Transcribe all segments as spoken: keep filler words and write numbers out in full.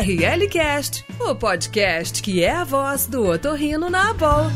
ORLcast, o podcast que é a voz do otorrino na Abol.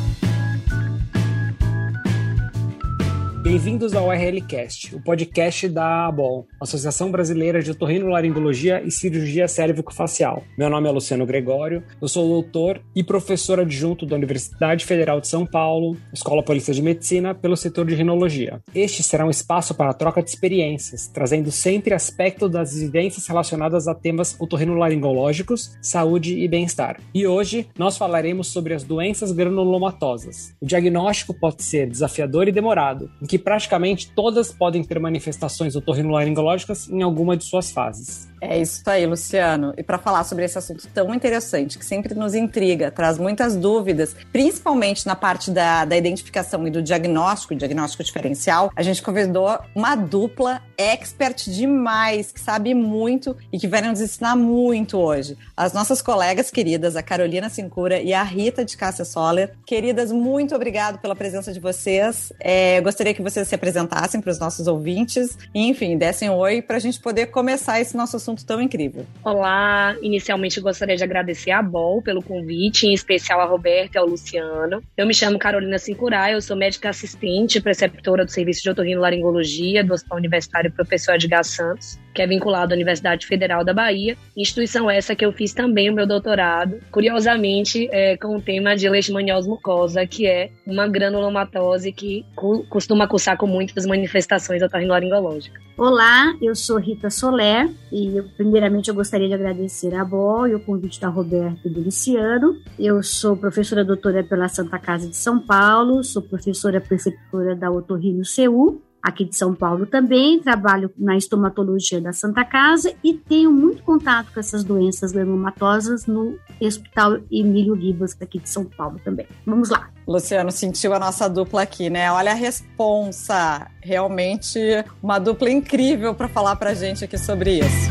Bem-vindos ao ORLcast, o podcast da Abol, Associação Brasileira de Otorrinolaringologia e Cirurgia Cérvico-Facial. Meu nome é Luciano Gregório, eu sou doutor e professor adjunto da Universidade Federal de São Paulo, Escola Paulista de Medicina, pelo setor de rinologia. Este será um espaço para a troca de experiências, trazendo sempre aspectos das vivências relacionadas a temas otorrinolaringológicos, saúde e bem-estar. E hoje nós falaremos sobre as doenças granulomatosas. O diagnóstico pode ser desafiador e demorado, em que praticamente todas podem ter manifestações otorrinolaringológicas em alguma de suas fases. É isso aí, Luciano. E para falar sobre esse assunto tão interessante, que sempre nos intriga, traz muitas dúvidas, principalmente na parte da, da identificação e do diagnóstico, diagnóstico diferencial, a gente convidou uma dupla expert demais, que sabe muito e que vai nos ensinar muito hoje. As nossas colegas queridas, a Carolina Sincura e a Rita de Cássia Soller. Queridas, muito obrigado pela presença de vocês. É, eu gostaria que vocês se apresentassem para os nossos ouvintes e, enfim, dessem um oi para a gente poder começar esse nosso assunto tão incrível. Olá, inicialmente eu gostaria de agradecer a Abol pelo convite, em especial a Roberta e ao Luciano. Eu me chamo Carolina Sincura, eu sou médica assistente, preceptora do Serviço de Otorrinolaringologia do Hospital Universitário Professor Edgar Santos, que é vinculado à Universidade Federal da Bahia, instituição essa que eu fiz também o meu doutorado, curiosamente é, com o tema de leishmaniose mucosa, que é uma granulomatose que cu- costuma cursar com muitas manifestações otorrinolaringológicas. Olá, eu sou Rita Soller e eu, primeiramente eu gostaria de agradecer a Abol e o convite da Roberta e do Luciano. Eu sou professora doutora pela Santa Casa de São Paulo, sou professora preceptora da Otorrino C U, aqui de São Paulo também, trabalho na estomatologia da Santa Casa e tenho muito contato com essas doenças granulomatosas no Hospital Emílio Ribas, aqui de São Paulo também. Vamos lá. Luciano, sentiu a nossa dupla aqui, né? Olha a responsa, realmente uma dupla incrível para falar pra gente aqui sobre isso.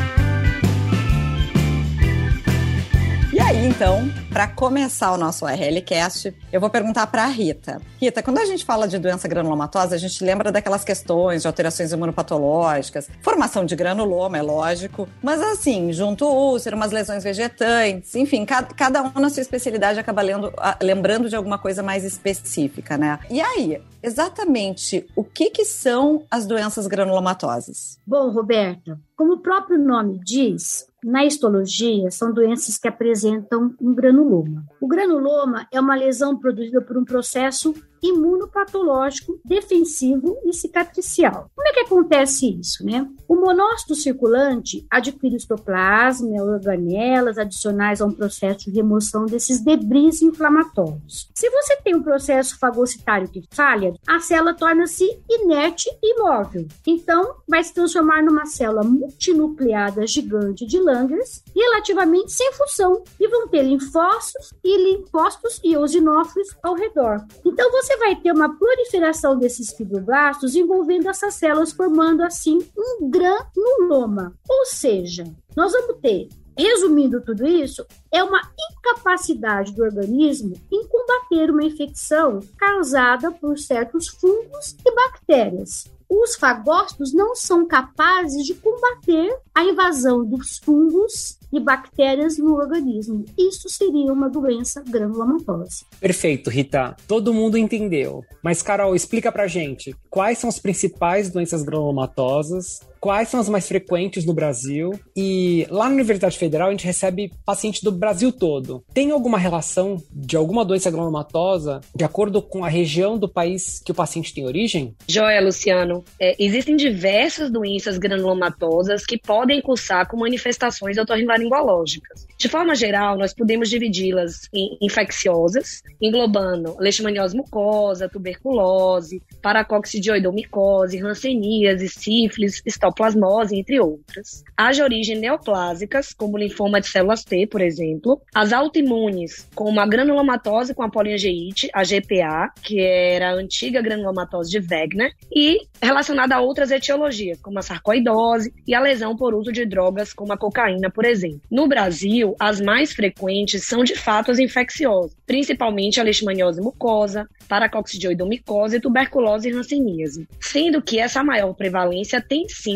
E aí, então, para começar o nosso ORLcast, eu vou perguntar para a Rita. Rita, quando a gente fala de doença granulomatosa, a gente lembra daquelas questões de alterações imunopatológicas, formação de granuloma, é lógico, mas assim, junto ao úlcero, umas lesões vegetantes, enfim, cada, cada um na sua especialidade acaba lendo, lembrando de alguma coisa mais específica, né? E aí, exatamente, o que que são as doenças granulomatosas? Bom, Roberta, como o próprio nome diz, na histologia são doenças que apresentam um granuloma. O granuloma é uma lesão produzida por um processo imunopatológico, defensivo e cicatricial. Como é que acontece isso, né? O monócito circulante adquire histoplasma, organelas adicionais a um processo de remoção desses debris inflamatórios. Se você tem um processo fagocitário que falha, a célula torna-se inerte e imóvel. Então, vai se transformar numa célula multinucleada gigante de Langerhans, relativamente sem função, e vão ter linfócitos e linfócitos e eosinófilos ao redor. Então, você vai ter uma proliferação desses fibroblastos envolvendo essas células, formando assim um granuloma. Ou seja, nós vamos ter, resumindo tudo isso, é uma incapacidade do organismo em combater uma infecção causada por certos fungos e bactérias. Os fagócitos não são capazes de combater a invasão dos fungos e bactérias no organismo. Isso seria uma doença granulomatosa. Perfeito, Rita. Todo mundo entendeu. Mas, Carol, explica pra gente quais são as principais doenças granulomatosas, quais são as mais frequentes no Brasil e lá na Universidade Federal a gente recebe pacientes do Brasil todo. Tem alguma relação de alguma doença granulomatosa de acordo com a região do país que o paciente tem origem? Joia, Luciano. É, existem diversas doenças granulomatosas que podem cursar com manifestações otorrinolaringológicas. De forma geral, nós podemos dividi-las em infecciosas, englobando leishmaniose mucosa, tuberculose, paracoccidioidomicose, hanseníase, sífilis, histoplasmose, entre outras. As de origem neoplásicas, como linfoma de células T, por exemplo. As autoimunes, como a granulomatose com a poliangeite, a G P A, que era a antiga granulomatose de Wegener, e relacionada a outras etiologias, como a sarcoidose e a lesão por uso de drogas, como a cocaína, por exemplo. No Brasil, as mais frequentes são, de fato, as infecciosas, principalmente a leishmaniose mucosa, paracoccidioidomicose, tuberculose e hanseníase. Sendo que essa maior prevalência tem, sim,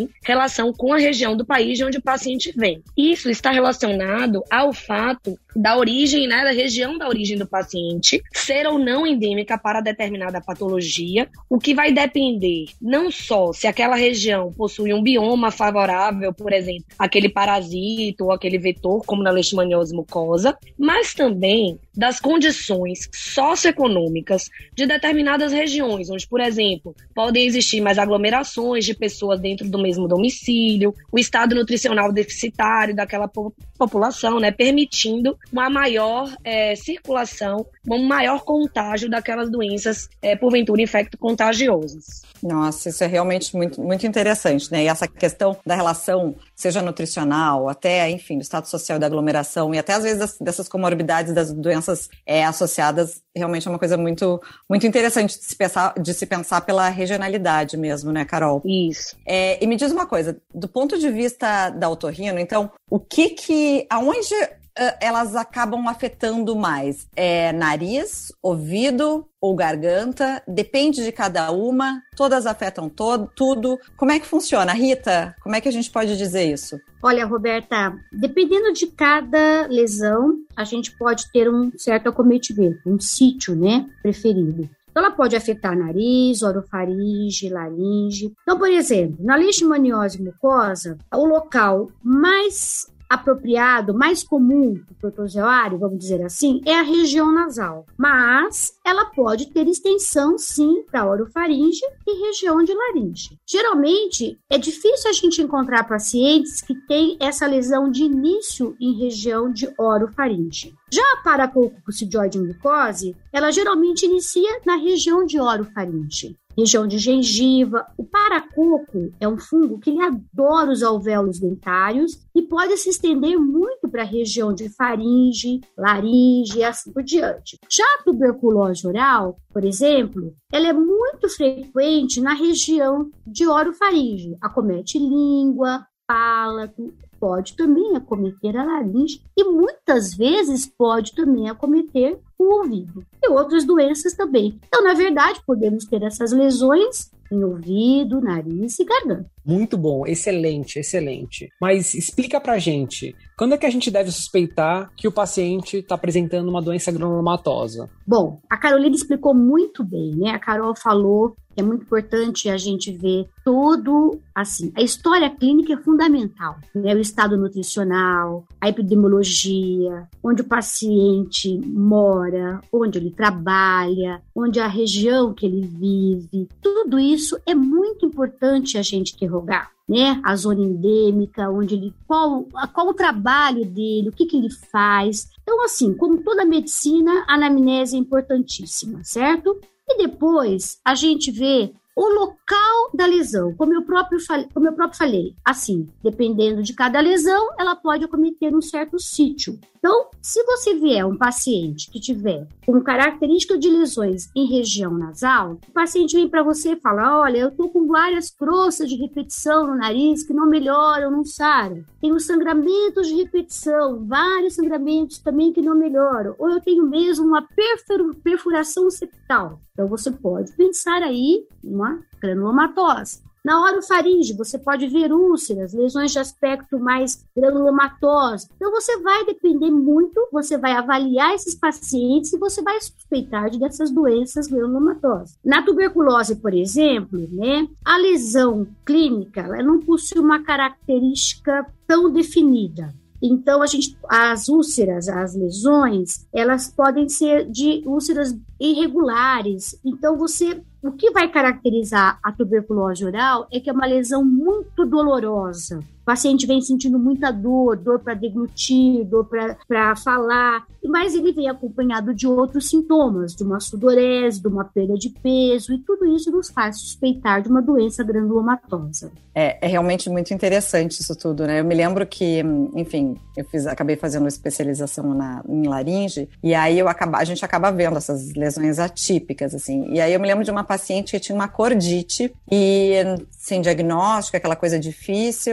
tem relação com a região do país de onde o paciente vem. Isso está relacionado ao fato da origem, né, da região da origem do paciente ser ou não endêmica para determinada patologia, o que vai depender não só se aquela região possui um bioma favorável, por exemplo, aquele parasita ou aquele vetor, como na leishmaniose mucosa, mas também das condições socioeconômicas de determinadas regiões, onde, por exemplo, podem existir mais aglomerações de pessoas dentro do mesmo domicílio, o estado nutricional deficitário daquela po- população, né, permitindo uma maior é, circulação, um maior contágio daquelas doenças, é, porventura, infecto-contagiosas. Nossa, isso é realmente muito, muito interessante, né? E essa questão da relação, seja nutricional, até, enfim, do estado social da aglomeração e até, às vezes, das, dessas comorbidades das doenças é, associadas, realmente é uma coisa muito, muito interessante de se pensar, de se pensar pela regionalidade mesmo, né, Carol? Isso. É, e me diz uma coisa, do ponto de vista da otorrino, então, o que que, aonde elas acabam afetando mais? É nariz, ouvido ou garganta? Depende de cada uma? Todas afetam todo, tudo? Como é que funciona? Rita, como é que a gente pode dizer isso? Olha, Roberta, dependendo de cada lesão, a gente pode ter um certo acometimento, um sítio, né, preferido. Então, ela pode afetar nariz, orofaringe, laringe. Então, por exemplo, na leishmaniose mucosa, o local mais apropriado, mais comum do protozoário, vamos dizer assim, é a região nasal. Mas ela pode ter extensão, sim, para orofaringe e região de laringe. Geralmente, é difícil a gente encontrar pacientes que têm essa lesão de início em região de orofaringe. Já a paracoccidioide micose, ela geralmente inicia na região de orofaringe. Região de gengiva. O paracoco é um fungo que ele adora os alvéolos dentários e pode se estender muito para a região de faringe, laringe e assim por diante. Já a tuberculose oral, por exemplo, ela é muito frequente na região de orofaringe. Acomete língua, palato, pode também acometer a laringe e muitas vezes pode também acometer o ouvido e outras doenças também. Então, na verdade, podemos ter essas lesões em ouvido, nariz e garganta. Muito bom, excelente, excelente. Mas explica pra gente, quando é que a gente deve suspeitar que o paciente está apresentando uma doença granulomatosa? Bom, a Carolina explicou muito bem, né? A Carol falou que é muito importante a gente ver tudo assim. A história clínica é fundamental, né? O estado nutricional, a epidemiologia, onde o paciente mora, onde ele trabalha, onde a região que ele vive. Tudo isso é muito importante a gente interrogar, né? A zona endêmica, onde ele, qual, qual o trabalho dele, o que, que ele faz. Então, assim, como toda medicina, a anamnese é importantíssima, certo? E depois a gente vê o local da lesão, como eu próprio, como eu próprio falei, assim, dependendo de cada lesão, ela pode acometer um certo sítio. Então, se você vier um paciente que tiver com característica de lesões em região nasal, o paciente vem para você e fala, olha, eu tô com várias crostas de repetição no nariz que não melhoram, não saram. Tenho sangramentos de repetição, vários sangramentos também que não melhoram. Ou eu tenho mesmo uma perfuração septal. Então, você pode pensar aí em uma granulomatose. Na orofaringe, você pode ver úlceras, lesões de aspecto mais granulomatoso. Então, você vai depender muito, você vai avaliar esses pacientes e você vai suspeitar de dessas doenças granulomatosas. Na tuberculose, por exemplo, né, a lesão clínica ela não possui uma característica tão definida. Então, a gente, as úlceras, as lesões, elas podem ser de úlceras irregulares. Então, você, o que vai caracterizar a tuberculose oral é que é uma lesão muito dolorosa. O paciente vem sentindo muita dor, dor para deglutir, dor para falar, mas ele vem acompanhado de outros sintomas, de uma sudorese, de uma perda de peso, e tudo isso nos faz suspeitar de uma doença granulomatosa. É, é realmente muito interessante isso tudo, né? Eu me lembro que, enfim, eu fiz, acabei fazendo especialização na, em laringe, e aí eu acaba, a gente acaba vendo essas lesões atípicas, assim. E aí eu me lembro de uma paciente que tinha uma cordite, e sem diagnóstico, aquela coisa difícil, e aí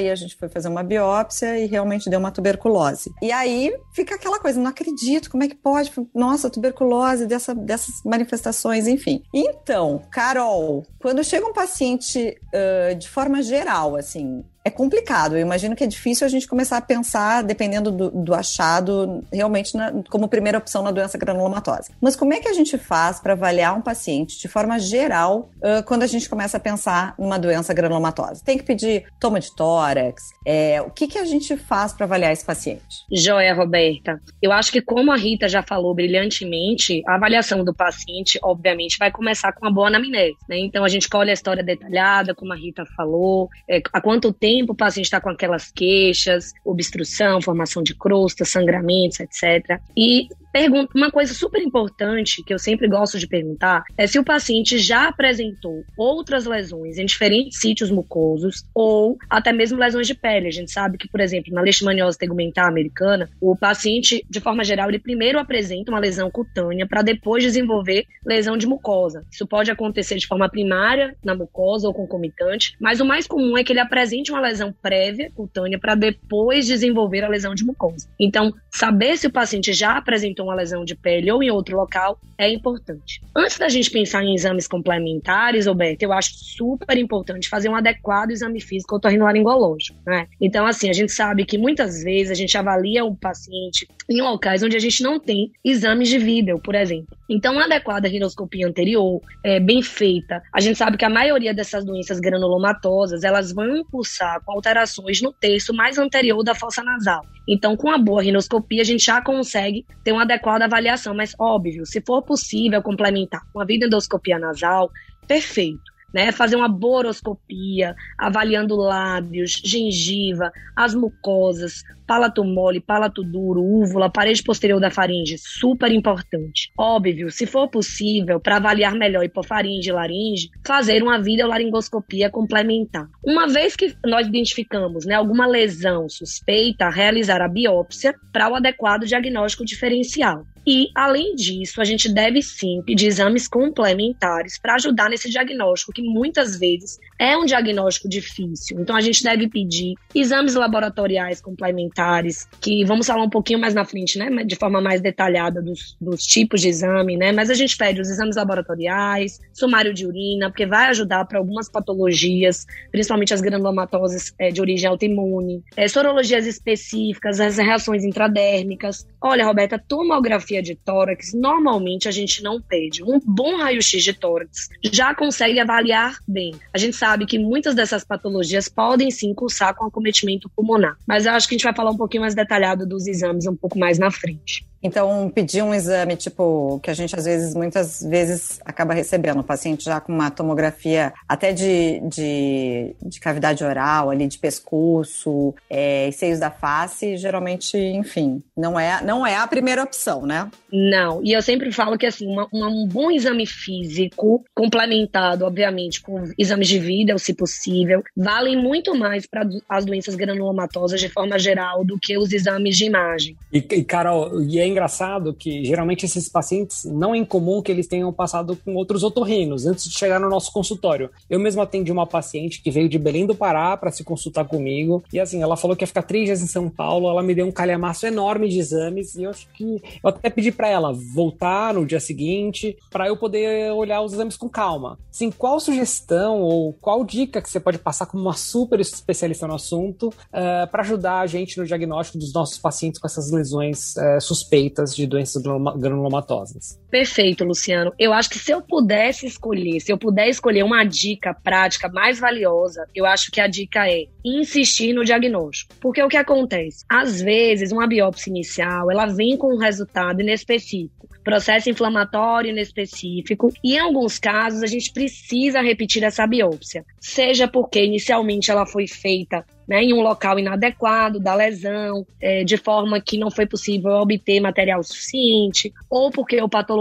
aí a gente foi fazer uma biópsia e realmente deu uma tuberculose. E aí fica aquela coisa, não acredito, como é que pode? Nossa, tuberculose, dessa, dessas manifestações, enfim. Então, Carol, quando chega um paciente uh, de forma geral, assim, é complicado. Eu imagino que é difícil a gente começar a pensar, dependendo do, do achado, realmente na, como primeira opção na doença granulomatosa. Mas como é que a gente faz para avaliar um paciente de forma geral uh, quando a gente começa a pensar numa doença granulomatosa? Tem que pedir toma de tórax? É, o que, que a gente faz para avaliar esse paciente? Joia, Roberta. Eu acho que, como a Rita já falou brilhantemente, a avaliação do paciente, obviamente, vai começar com uma boa anamnese, né? Então, a gente colhe a história detalhada, como a Rita falou, é, há quanto tempo o paciente está com aquelas queixas, obstrução, formação de crosta, sangramentos, etcétera. E pergunta, uma coisa super importante que eu sempre gosto de perguntar é se o paciente já apresentou outras lesões em diferentes sítios mucosos ou até mesmo lesões de pele. A gente sabe que, por exemplo, na leishmaniose tegumentar americana, o paciente, de forma geral, ele primeiro apresenta uma lesão cutânea para depois desenvolver lesão de mucosa. Isso pode acontecer de forma primária na mucosa ou concomitante, mas o mais comum é que ele apresente uma lesão prévia cutânea para depois desenvolver a lesão de mucosa. Então, saber se o paciente já apresentou uma lesão de pele ou em outro local é importante. Antes da gente pensar em exames complementares, Roberto, eu acho super importante fazer um adequado exame físico otorrinolaringológico, né? Então, assim, a gente sabe que muitas vezes a gente avalia o paciente em locais onde a gente não tem exames de vídeo, por exemplo. Então, uma adequada rinoscopia anterior, é, bem feita, a gente sabe que a maioria dessas doenças granulomatosas, elas vão impulsar com alterações no terço mais anterior da fossa nasal. Então, com a boa rinoscopia, a gente já consegue ter uma adequada avaliação, mas óbvio, se for possível complementar com a videoendoscopia nasal, perfeito. Né, fazer uma boroscopia, avaliando lábios, gengiva, as mucosas, palato mole, palato duro, úvula, parede posterior da faringe, super importante. Óbvio, se for possível, para avaliar melhor hipofaringe e laringe, fazer uma videolaringoscopia complementar. Uma vez que nós identificamos, né, alguma lesão suspeita, realizar a biópsia para o adequado diagnóstico diferencial. E, além disso, a gente deve sim pedir exames complementares para ajudar nesse diagnóstico, que muitas vezes é um diagnóstico difícil. Então, a gente deve pedir exames laboratoriais complementares, que vamos falar um pouquinho mais na frente, né, de forma mais detalhada dos, dos tipos de exame, né, mas a gente pede os exames laboratoriais, sumário de urina, porque vai ajudar para algumas patologias, principalmente as granulomatosas é, de origem autoimune, é, sorologias específicas, as reações intradérmicas. Olha, Roberta, tomografia de tórax, normalmente a gente não pede. Um bom raio-x de tórax já consegue avaliar bem. A gente sabe que muitas dessas patologias podem sim cursar com acometimento pulmonar, mas eu acho que a gente vai falar um pouquinho mais detalhado dos exames um pouco mais na frente. Então, pedir um exame, tipo, que a gente às vezes, muitas vezes acaba recebendo, o paciente já com uma tomografia até de, de, de cavidade oral, ali de pescoço, é, e seios da face, geralmente, enfim, não é, não é a primeira opção, né? Não, e eu sempre falo que, assim, uma, uma, um bom exame físico, complementado, obviamente, com exames de vídeo, se possível, valem muito mais para as doenças granulomatosas de forma geral do que os exames de imagem. E, e Carol, e é engraçado que geralmente esses pacientes não é incomum que eles tenham passado com outros otorrinos antes de chegar no nosso consultório. Eu mesmo atendi uma paciente que veio de Belém do Pará para se consultar comigo e assim, ela falou que ia ficar três dias em São Paulo, ela me deu um calhamaço enorme de exames e eu acho que eu até pedi para ela voltar no dia seguinte para eu poder olhar os exames com calma. Assim, qual sugestão ou qual dica que você pode passar como uma super especialista no assunto uh, para ajudar a gente no diagnóstico dos nossos pacientes com essas lesões uh, suspeitas de doenças granulomatosas? Perfeito, Luciano. Eu acho que se eu pudesse escolher, se eu puder escolher uma dica prática mais valiosa, eu acho que a dica é insistir no diagnóstico. Porque o que acontece? Às vezes, uma biópsia inicial, ela vem com um resultado inespecífico, processo inflamatório inespecífico, e em alguns casos a gente precisa repetir essa biópsia, seja porque inicialmente ela foi feita, né, em um local inadequado da lesão, é, de forma que não foi possível obter material suficiente, ou porque o patologista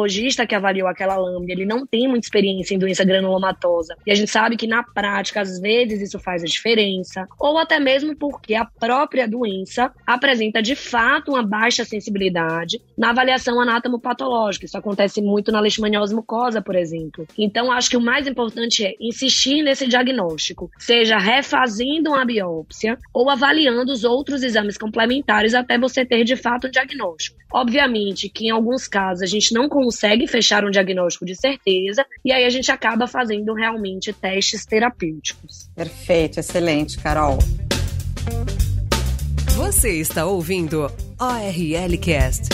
patologista que avaliou aquela lâmina, ele não tem muita experiência em doença granulomatosa. E a gente sabe que na prática, às vezes, isso faz a diferença. Ou até mesmo porque a própria doença apresenta, de fato, uma baixa sensibilidade na avaliação anatomopatológica. Isso acontece muito na leishmaniose mucosa, por exemplo. Então, acho que o mais importante é insistir nesse diagnóstico, seja refazendo uma biópsia ou avaliando os outros exames complementares até você ter, de fato, um diagnóstico. Obviamente que, em alguns casos, a gente não consegue fechar um diagnóstico de certeza e aí a gente acaba fazendo realmente testes terapêuticos. Perfeito, excelente, Carol. Você está ouvindo O R L Cast.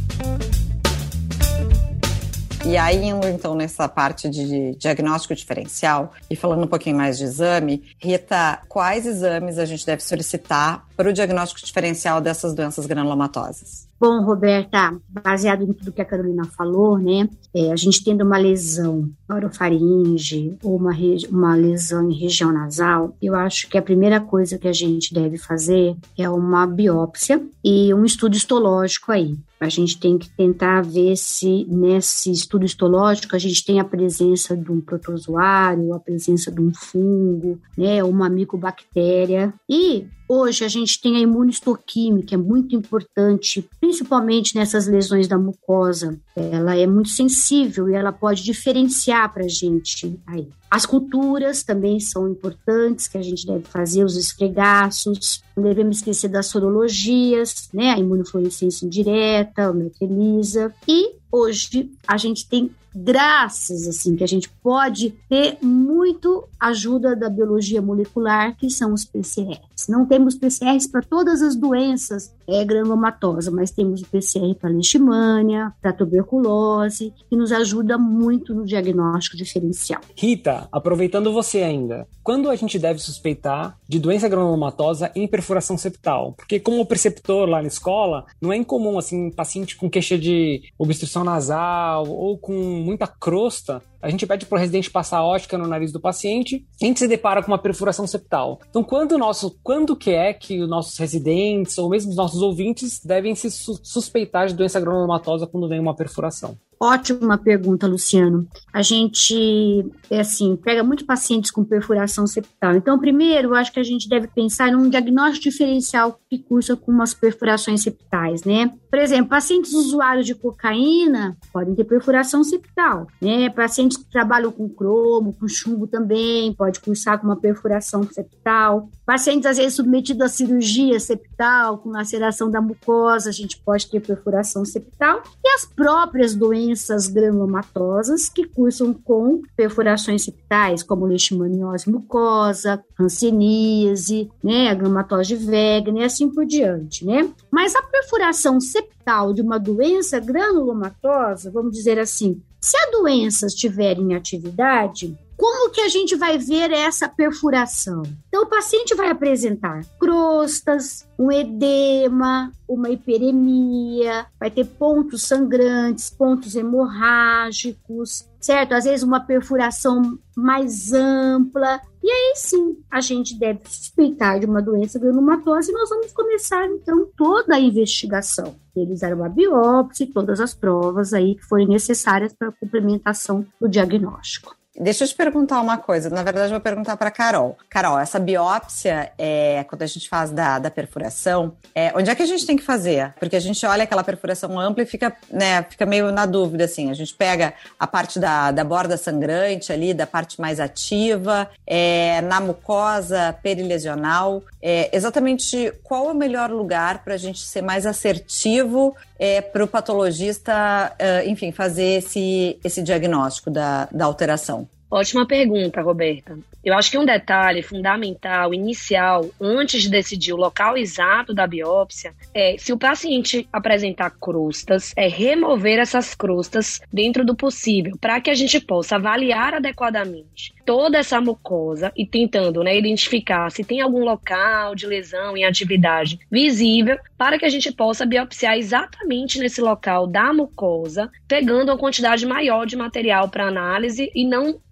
E aí, indo então nessa parte de diagnóstico diferencial e falando um pouquinho mais de exame, Rita, quais exames a gente deve solicitar para o diagnóstico diferencial dessas doenças granulomatosas? Bom, Roberta, baseado em tudo que a Carolina falou, né, é, a gente tendo uma lesão na orofaringe ou uma, uma lesão em região nasal, eu acho que a primeira coisa que a gente deve fazer é uma biópsia e um estudo histológico aí. A gente tem que tentar ver se nesse estudo histológico a gente tem a presença de um protozoário, a presença de um fungo, né, uma micobactéria. E hoje a gente tem a imunistoquímica, é muito importante, principalmente nessas lesões da mucosa. Ela é muito sensível e ela pode diferenciar para a gente aí. As culturas também são importantes, que a gente deve fazer, os esfregaços. Não devemos esquecer das sorologias, né? A imunofluorescência indireta, a metrelisa. E hoje a gente tem, graças, assim, que a gente pode ter muito ajuda da biologia molecular, que são os P C Rs. Não temos P C Rs para todas as doenças é, granulomatosas, mas temos o P C R para leishmania, para tuberculose, que nos ajuda muito no diagnóstico diferencial. Rita, aproveitando você ainda, quando a gente deve suspeitar de doença granulomatosa em perfuração septal? Porque como preceptor lá na escola, não é incomum, assim, paciente com queixa de obstrução nasal ou com muita crosta, a gente pede para o residente passar ótica no nariz do paciente e a gente se depara com uma perfuração septal. Então, quando, nosso, quando que é que os nossos residentes ou mesmo os nossos ouvintes devem se su- suspeitar de doença granulomatosa quando vem uma perfuração? Ótima pergunta, Luciano. A gente, é assim, pega muitos pacientes com perfuração septal. Então, primeiro, eu acho que a gente deve pensar num diagnóstico diferencial que cursa com umas perfurações septais, né? Por exemplo, pacientes usuários de cocaína podem ter perfuração septal, né? Pacientes que trabalham com cromo, com chumbo também, pode cursar com uma perfuração septal. Pacientes, às vezes, submetidos à cirurgia septal, com laceração da mucosa, a gente pode ter perfuração septal. E as próprias doenças doenças granulomatosas que cursam com perfurações septais, como leishmaniose mucosa, hanseníase, né, a granulomatose de Wegener e assim por diante, né? Mas a perfuração septal de uma doença granulomatosa, vamos dizer assim, se a doença estiver em atividade, como que a gente vai ver essa perfuração? Então, o paciente vai apresentar crostas, um edema, uma hiperemia, vai ter pontos sangrantes, pontos hemorrágicos, certo? Às vezes uma perfuração mais ampla. E aí, sim, a gente deve suspeitar de uma doença granulomatose e nós vamos começar, então, toda a investigação. Realizar uma biópsia e todas as provas aí que forem necessárias para a complementação do diagnóstico. Deixa eu te perguntar uma coisa. Na verdade, eu vou perguntar para a Carol. Carol, essa biópsia, é, quando a gente faz da, da perfuração, é, onde é que a gente tem que fazer? Porque a gente olha aquela perfuração ampla e fica, né, fica meio na dúvida, assim. A gente pega a parte da, da borda sangrante ali, da parte mais ativa, é, na mucosa perilesional. É, exatamente qual é o melhor lugar para a gente ser mais assertivo é, para o patologista, é, enfim, fazer esse, esse diagnóstico da, da alteração? Ótima pergunta, Roberta. Eu acho que um detalhe fundamental, inicial, antes de decidir o local exato da biópsia, é, se o paciente apresentar crostas, é remover essas crostas dentro do possível, para que a gente possa avaliar adequadamente toda essa mucosa e tentando, né, identificar se tem algum local de lesão em atividade visível, para que a gente possa biopsiar exatamente nesse local da mucosa, pegando uma quantidade maior de material para análise e não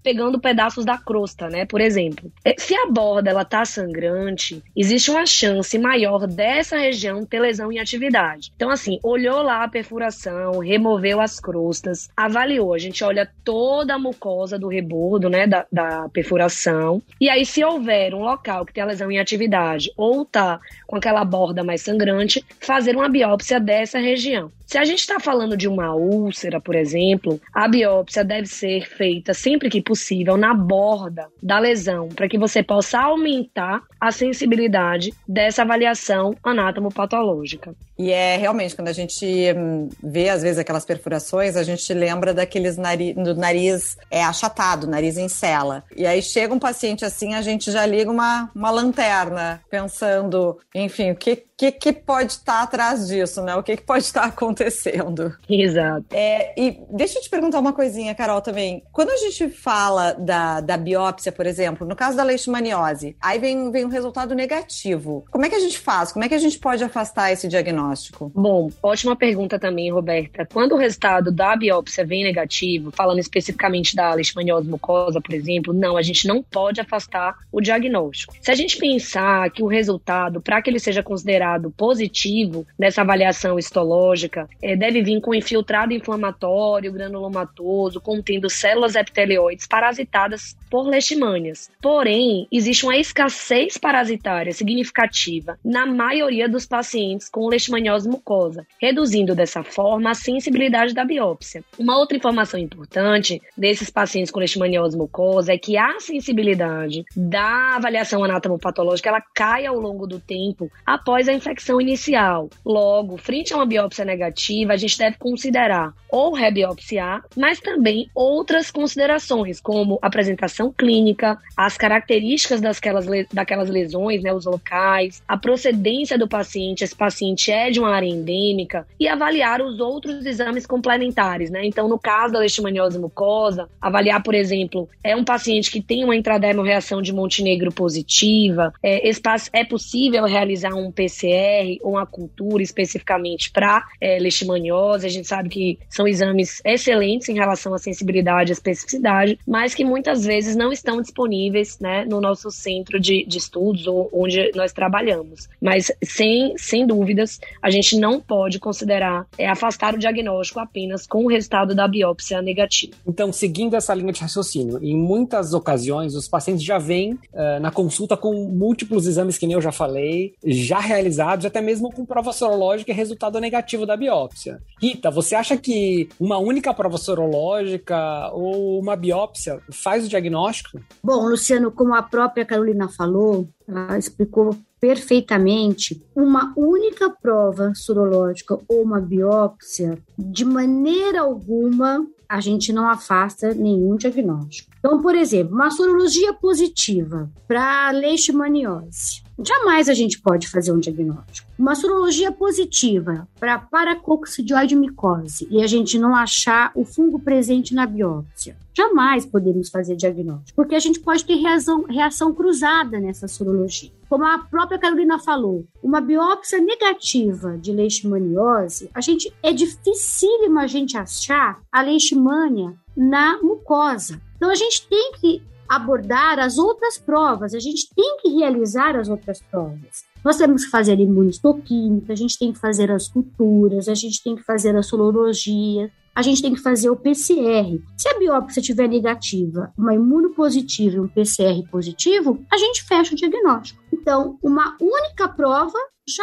pegando pedaços da crosta, né? Por exemplo, se a borda ela tá sangrante, existe uma chance maior dessa região ter lesão em atividade. Então, assim, olhou lá a perfuração, removeu as crostas, avaliou. A gente olha toda a mucosa do rebordo, né, da, da perfuração. E aí, se houver um local que tem a lesão em atividade ou tá com aquela borda mais sangrante, fazer uma biópsia dessa região. Se a gente está falando de uma úlcera, por exemplo, a biópsia deve ser feita sempre que possível na borda da lesão, para que você possa aumentar a sensibilidade dessa avaliação anatomopatológica. E é realmente, quando a gente vê, às vezes, aquelas perfurações, a gente lembra daqueles nariz, do nariz é, achatado, nariz em cela. E aí chega um paciente assim, a gente já liga uma, uma lanterna, pensando, enfim, o que, que, que pode estar atrás disso, né? O que, que pode estar acontecendo. Exato. É, e deixa eu te perguntar uma coisinha, Carol, também. Quando a gente fala da, da biópsia, por exemplo, no caso da leishmaniose, aí vem, vem um resultado negativo. Como é que a gente faz? Como é que a gente pode afastar esse diagnóstico? Bom, ótima pergunta também, Roberta. Quando o resultado da biópsia vem negativo, falando especificamente da leishmaniose mucosa, por exemplo, não, a gente não pode afastar o diagnóstico. Se a gente pensar que o resultado, para que ele seja considerado positivo nessa avaliação histológica, é, deve vir com infiltrado inflamatório, granulomatoso, contendo células epitelioides parasitadas por leishmanias. Porém, existe uma escassez parasitária significativa na maioria dos pacientes com leishmaniose mucosa, reduzindo dessa forma a sensibilidade da biópsia. Uma outra informação importante desses pacientes com leishmaniose mucosa é que a sensibilidade da avaliação anatomopatológica ela cai ao longo do tempo após a infecção inicial. Logo, frente a uma biópsia negativa, a gente deve considerar ou rebiopsiar, mas também outras considerações, como apresentação clínica, as características daquelas, daquelas lesões, né, os locais, a procedência do paciente, esse paciente é de uma área endêmica, e avaliar os outros exames complementares, né? Então, no caso da leishmaniose mucosa, avaliar, por exemplo, é um paciente que tem uma intradermoreação de Montenegro positiva, é, é possível realizar um P C R ou uma cultura especificamente para é, leishmaniose. A gente sabe que são exames excelentes em relação à sensibilidade e especificidade, mas que muitas vezes não estão disponíveis, né, no nosso centro de, de estudos ou onde nós trabalhamos. Mas, sem, sem dúvidas, a gente não pode considerar é, afastar o diagnóstico apenas com o resultado da biópsia negativo. Então, seguindo essa linha de raciocínio, em muitas ocasiões os pacientes já vêm uh, na consulta com múltiplos exames, que nem eu já falei, já realizados, até mesmo com prova sorológica e resultado negativo da biópsia. Rita, você acha que uma única prova sorológica ou uma biópsia faz o diagnóstico? Bom, Luciano, como a própria Carolina falou, ela explicou perfeitamente, uma única prova sorológica ou uma biópsia, de maneira alguma, a gente não afasta nenhum diagnóstico. Então, por exemplo, uma sorologia positiva para leishmaniose, jamais a gente pode fazer um diagnóstico. Uma sorologia positiva para paracoccidioide micose e a gente não achar o fungo presente na biópsia, jamais podemos fazer diagnóstico, porque a gente pode ter reação, reação cruzada nessa sorologia. Como a própria Carolina falou, uma biópsia negativa de leishmaniose, a gente, é dificílimo a gente achar a leishmania na mucosa. Então, a gente tem que abordar as outras provas, a gente tem que realizar as outras provas. Nós temos que fazer imunistoquímica, a gente tem que fazer as culturas, a gente tem que fazer a sorologia, a gente tem que fazer o P C R. Se a biópsia estiver negativa, uma imunopositiva e um P C R positivo, a gente fecha o diagnóstico. Então, uma única prova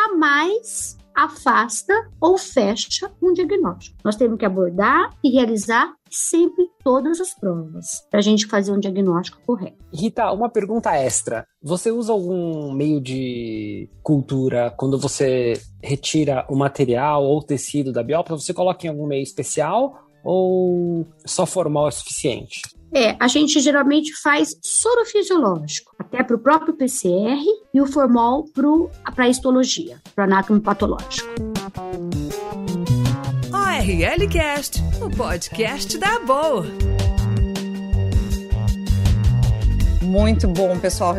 jamais afasta ou fecha um diagnóstico. Nós temos que abordar e realizar sempre todas as provas para a gente fazer um diagnóstico correto. Rita, uma pergunta extra. Você usa algum meio de cultura quando você retira o material ou o tecido da biópsia? Você coloca em algum meio especial ou só formal é suficiente? É, a gente geralmente faz sorofisiológico, até para o próprio P C R, e o formol para a histologia, para o anátomo patológico. O R L Cast, o podcast da Boa. Muito bom, pessoal. Realmente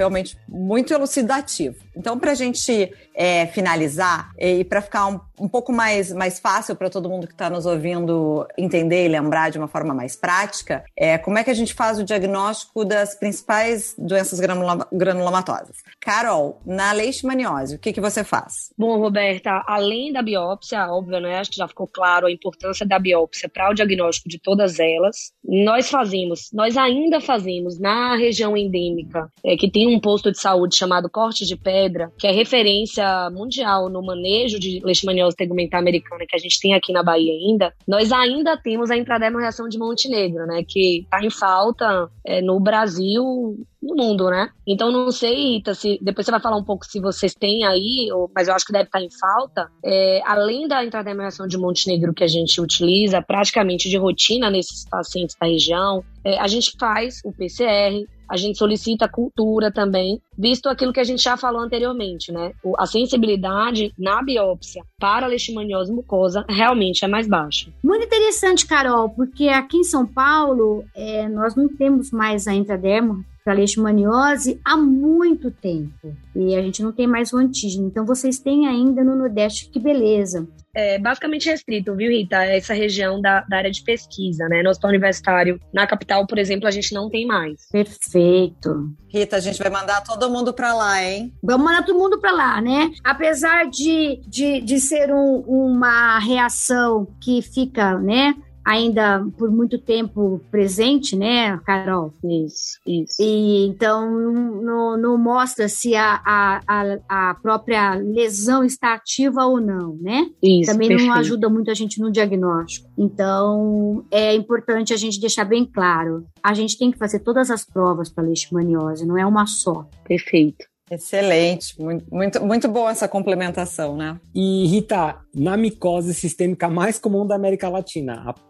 muito elucidativo. Então, para a gente é, finalizar e para ficar um, um pouco mais, mais fácil para todo mundo que está nos ouvindo entender e lembrar de uma forma mais prática, é, como é que a gente faz o diagnóstico das principais doenças granuloma, granulomatosas? Carol, na leishmaniose, o que, que você faz? Bom, Roberta, além da biópsia, óbvio, né? Acho que já ficou claro a importância da biópsia para o diagnóstico de todas elas. Nós fazemos, nós ainda fazemos na região endêmica, é, que tem um posto de saúde chamado Corte de Pedra, que é referência mundial no manejo de leishmaniose tegumentar americana, que a gente tem aqui na Bahia ainda. Nós ainda temos a intradermoreação de Montenegro, né? Que está em falta é, no Brasil, no mundo, né? Então, não sei, Rita, se depois você vai falar um pouco se vocês têm aí, ou, mas eu acho que deve estar em falta. É, além da intradermoreação de Montenegro que a gente utiliza praticamente de rotina nesses pacientes da região, é, a gente faz o P C R, a gente solicita cultura também, visto aquilo que a gente já falou anteriormente, né? O, a sensibilidade na biópsia para a leishmaniose mucosa realmente é mais baixa. Muito interessante, Carol, porque aqui em São Paulo, é, nós não temos mais a intradermo para leishmaniose há muito tempo. E a gente não tem mais o antígeno. Então, vocês têm ainda no Nordeste, que beleza. É basicamente restrito, viu, Rita? Essa região da, da área de pesquisa, né? No hospital universitário, na capital, por exemplo, a gente não tem mais. Perfeito. Rita, a gente vai mandar todo mundo para lá, hein? Vamos mandar todo mundo para lá, né? Apesar de, de, de ser um, uma reação que fica, né, ainda por muito tempo presente, né, Carol? Isso, isso. E então não, não mostra se a, a, a própria lesão está ativa ou não, né? Isso, também perfeito. Não ajuda muito a gente no diagnóstico. Então, é importante a gente deixar bem claro. A gente tem que fazer todas as provas para leishmaniose, não é uma só. Perfeito. Excelente, muito, muito, muito boa essa complementação, né? E Rita, na micose sistêmica mais comum da América Latina, a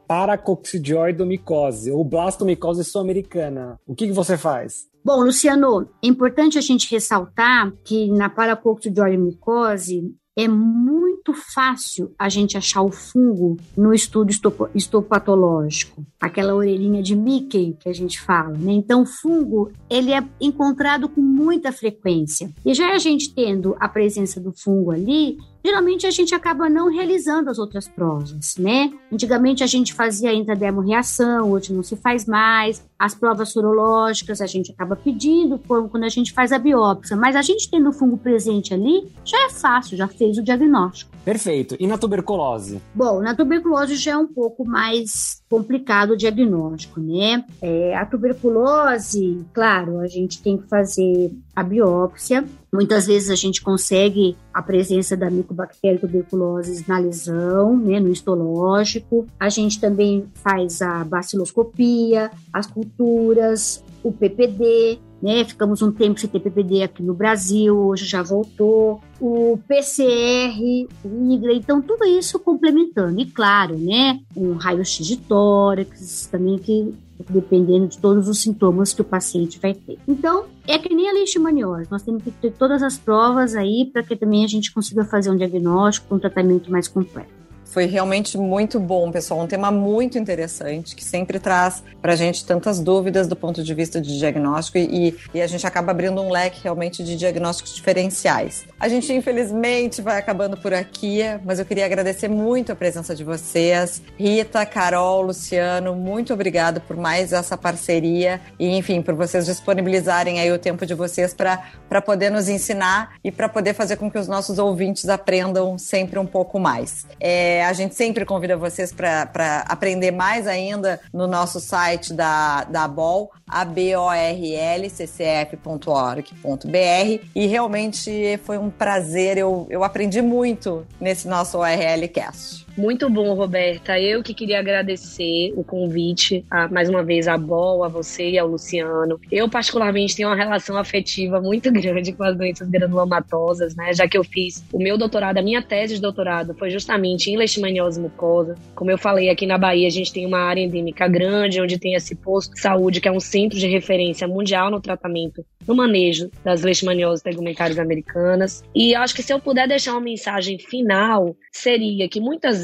paracoccidioidomicose ou blastomicose sul-americana, o que, que você faz? Bom, Luciano, é importante a gente ressaltar que na paracoccidioidomicose é muito fácil a gente achar o fungo no estudo histopatológico, aquela orelhinha de Mickey que a gente fala, né? Então, o fungo, ele é encontrado com muita frequência. E já a gente tendo a presença do fungo ali, geralmente a gente acaba não realizando as outras provas, né? Antigamente a gente fazia intradermoreação, hoje não se faz mais. As provas sorológicas a gente acaba pedindo quando a gente faz a biópsia, mas a gente tendo o fungo presente ali, já é fácil, já fez o diagnóstico. Perfeito. E na tuberculose? Bom, na tuberculose já é um pouco mais complicado o diagnóstico, né? É, a tuberculose, claro, a gente tem que fazer a biópsia. Muitas vezes a gente consegue a presença da Mycobacterium tuberculosis na lesão, né, no histológico. A gente também faz a baciloscopia, as culturas, o P P D, né? Ficamos um tempo sem ter P P D aqui no Brasil, hoje já voltou. O P C R, o I G R A, então tudo isso complementando. E claro, né, um raio-x de tórax também, que dependendo de todos os sintomas que o paciente vai ter. Então, é que nem a leishmaniose, nós temos que ter todas as provas aí para que também a gente consiga fazer um diagnóstico, um tratamento mais completo. Foi realmente muito bom, pessoal. Um tema muito interessante, que sempre traz pra gente tantas dúvidas do ponto de vista de diagnóstico e, e a gente acaba abrindo um leque realmente de diagnósticos diferenciais. A gente, infelizmente, vai acabando por aqui, mas eu queria agradecer muito a presença de vocês. Rita, Carol, Luciano, muito obrigado por mais essa parceria e, enfim, por vocês disponibilizarem aí o tempo de vocês para poder nos ensinar e para poder fazer com que os nossos ouvintes aprendam sempre um pouco mais. É, a gente sempre convida vocês para aprender mais ainda no nosso site da, da A B O L, a b o r l c c f ponto org ponto b r, e realmente foi um prazer, eu, eu aprendi muito nesse nosso O R L Cast. Muito bom, Roberta. Eu que queria agradecer o convite, a, mais uma vez, a Bol, a você e ao Luciano. Eu, particularmente, tenho uma relação afetiva muito grande com as doenças granulomatosas, né? Já que eu fiz o meu doutorado, a minha tese de doutorado foi justamente em leishmaniose mucosa. Como eu falei, aqui na Bahia a gente tem uma área endêmica grande, onde tem esse posto de saúde, que é um centro de referência mundial no tratamento, no manejo das leishmanioses tegumentares americanas. E acho que se eu puder deixar uma mensagem final, seria que muitas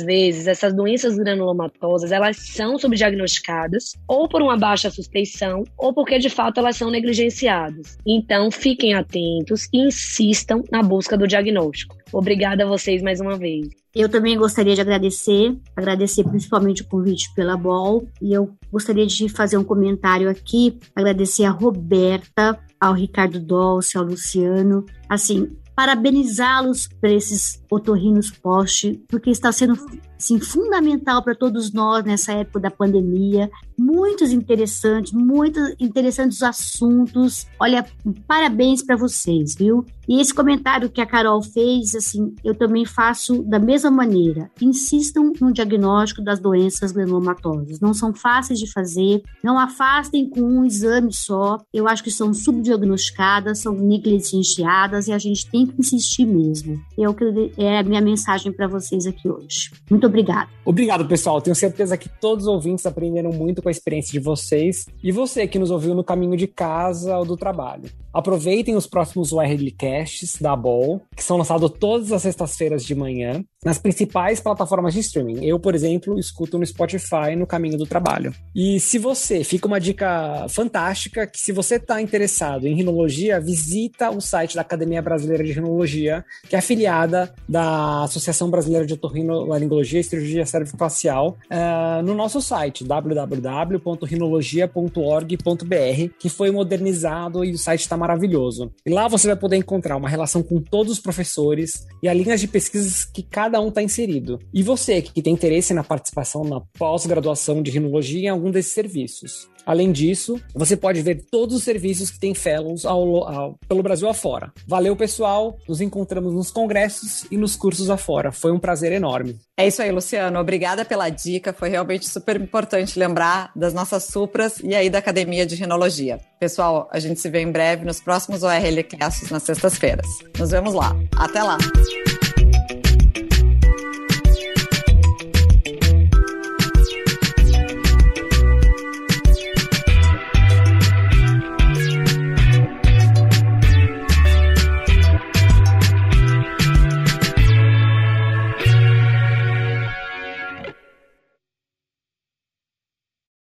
vezes, essas doenças granulomatosas, elas são subdiagnosticadas ou por uma baixa suspeição ou porque, de fato, elas são negligenciadas. Então, fiquem atentos e insistam na busca do diagnóstico. Obrigada a vocês mais uma vez. Eu também gostaria de agradecer, agradecer principalmente o convite pela B O L, e eu gostaria de fazer um comentário aqui, agradecer a Roberta, ao Ricardo Dolce, ao Luciano, assim, parabenizá-los por esses otorrinos post, porque está sendo assim, fundamental para todos nós nessa época da pandemia. Muitos interessantes, muitos interessantes assuntos. Olha, parabéns para vocês, viu? E esse comentário que a Carol fez, assim, eu também faço da mesma maneira. Insistam no diagnóstico das doenças granulomatosas. Não são fáceis de fazer, não afastem com um exame só. Eu acho que são subdiagnosticadas, são negligenciadas e a gente tem que insistir mesmo. Eu, é a minha mensagem para vocês aqui hoje. Muito obrigada. Obrigado, pessoal. Tenho certeza que todos os ouvintes aprenderam muito com a experiência de vocês e você que nos ouviu no caminho de casa ou do trabalho. Aproveitem os próximos U R L Casts da B O L, que são lançados todas as sextas-feiras de manhã, nas principais plataformas de streaming. Eu, por exemplo, escuto no Spotify no caminho do trabalho. E se você, fica uma dica fantástica, que se você está interessado em rinologia, visita o site da Academia Brasileira de Rinologia, que é afiliada da Associação Brasileira de Otorrinolaringologia e Cirurgia Cérvico-Facial, uh, no nosso site, w w w ponto rinologia ponto org ponto b r, que foi modernizado e o site está maravilhoso. E lá você vai poder encontrar uma relação com todos os professores e as linhas de pesquisas que cada um está inserido. E você que tem interesse na participação na pós-graduação de rinologia em algum desses serviços. Além disso, você pode ver todos os serviços que tem fellows ao, ao, pelo Brasil afora. Valeu, pessoal. Nos encontramos nos congressos e nos cursos afora. Foi um prazer enorme. É isso aí, Luciano. Obrigada pela dica. Foi realmente super importante lembrar das nossas supras e aí da Academia de Rinologia. Pessoal, a gente se vê em breve nos próximos O R L Casts nas sextas-feiras. Nos vemos lá. Até lá!